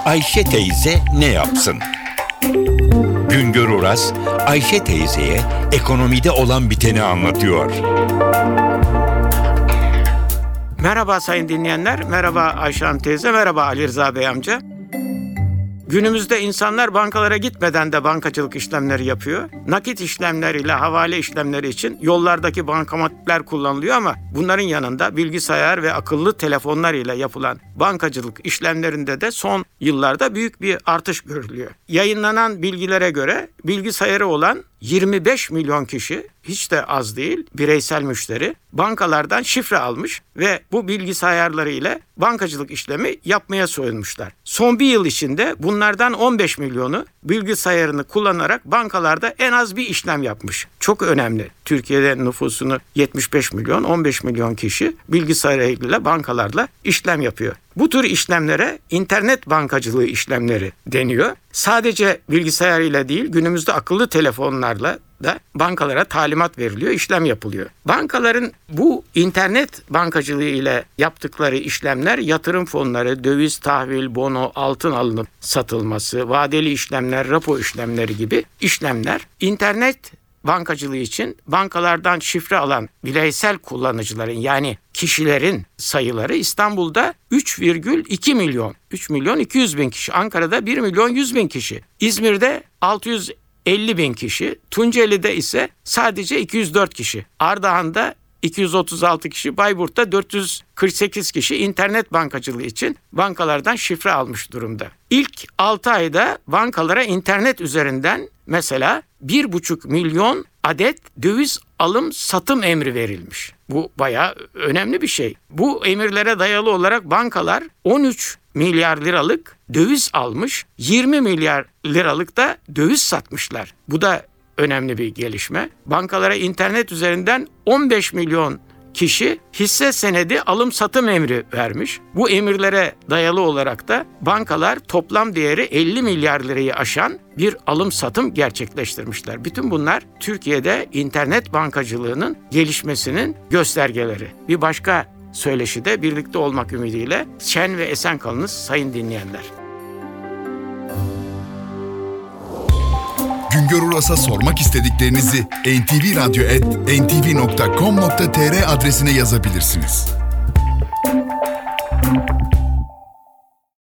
Ayşe teyze ne yapsın? Güngör Oras, Ayşe teyzeye ekonomide olan biteni anlatıyor. Merhaba sayın dinleyenler, merhaba Ayşe Hanım teyze, merhaba Ali Rıza Bey amca. Günümüzde insanlar bankalara gitmeden de bankacılık işlemleri yapıyor. Nakit işlemleriyle havale işlemleri için yollardaki bankomatlar kullanılıyor ama bunların yanında bilgisayar ve akıllı telefonlar ile yapılan bankacılık işlemlerinde de son yıllarda büyük bir artış görülüyor. Yayınlanan bilgilere göre bilgisayarı olan 25 milyon kişi, hiç de az değil, bireysel müşteri bankalardan şifre almış ve bu bilgisayarları ile bankacılık işlemi yapmaya soyunmuşlar. Son bir yıl içinde bunlardan 15 milyonu bilgisayarını kullanarak bankalarda en az bir işlem yapmış. Çok önemli. Türkiye'de nüfusunu 75 milyon, 15 milyon kişi bilgisayarıyla bankalarla işlem yapıyor. Bu tür işlemlere internet bankacılığı işlemleri deniyor. Sadece bilgisayar ile değil, günümüzde akıllı telefonlarla da bankalara talimat veriliyor, işlem yapılıyor. Bankaların bu internet bankacılığı ile yaptıkları işlemler yatırım fonları, döviz, tahvil, bono, altın alınıp satılması, vadeli işlemler, repo işlemleri gibi işlemler internet bankacılığı için bankalardan şifre alan bireysel kullanıcıların, yani kişilerin sayıları İstanbul'da 3,2 milyon. 3 milyon 200 bin kişi. Ankara'da 1 milyon 100 bin kişi. İzmir'de 650 bin kişi. Tunceli'de ise sadece 204 kişi. Ardahan'da 236 kişi, Bayburt'ta 448 kişi internet bankacılığı için bankalardan şifre almış durumda. İlk 6 ayda bankalara internet üzerinden mesela 1,5 milyon adet döviz alım satım emri verilmiş. Bu bayağı önemli bir şey. Bu emirlere dayalı olarak bankalar 13 milyar liralık döviz almış, 20 milyar liralık da döviz satmışlar. Bu da önemli bir gelişme. Bankalara internet üzerinden 15 milyon kişi hisse senedi alım satım emri vermiş. Bu emirlere dayalı olarak da bankalar toplam değeri 50 milyar lirayı aşan bir alım satım gerçekleştirmişler. Bütün bunlar Türkiye'de internet bankacılığının gelişmesinin göstergeleri. Bir başka söyleşide birlikte olmak ümidiyle şen ve esen kalınız sayın dinleyenler. Güngör Uras'a sormak istediklerinizi ntvradyo@ntv.com.tr adresine yazabilirsiniz.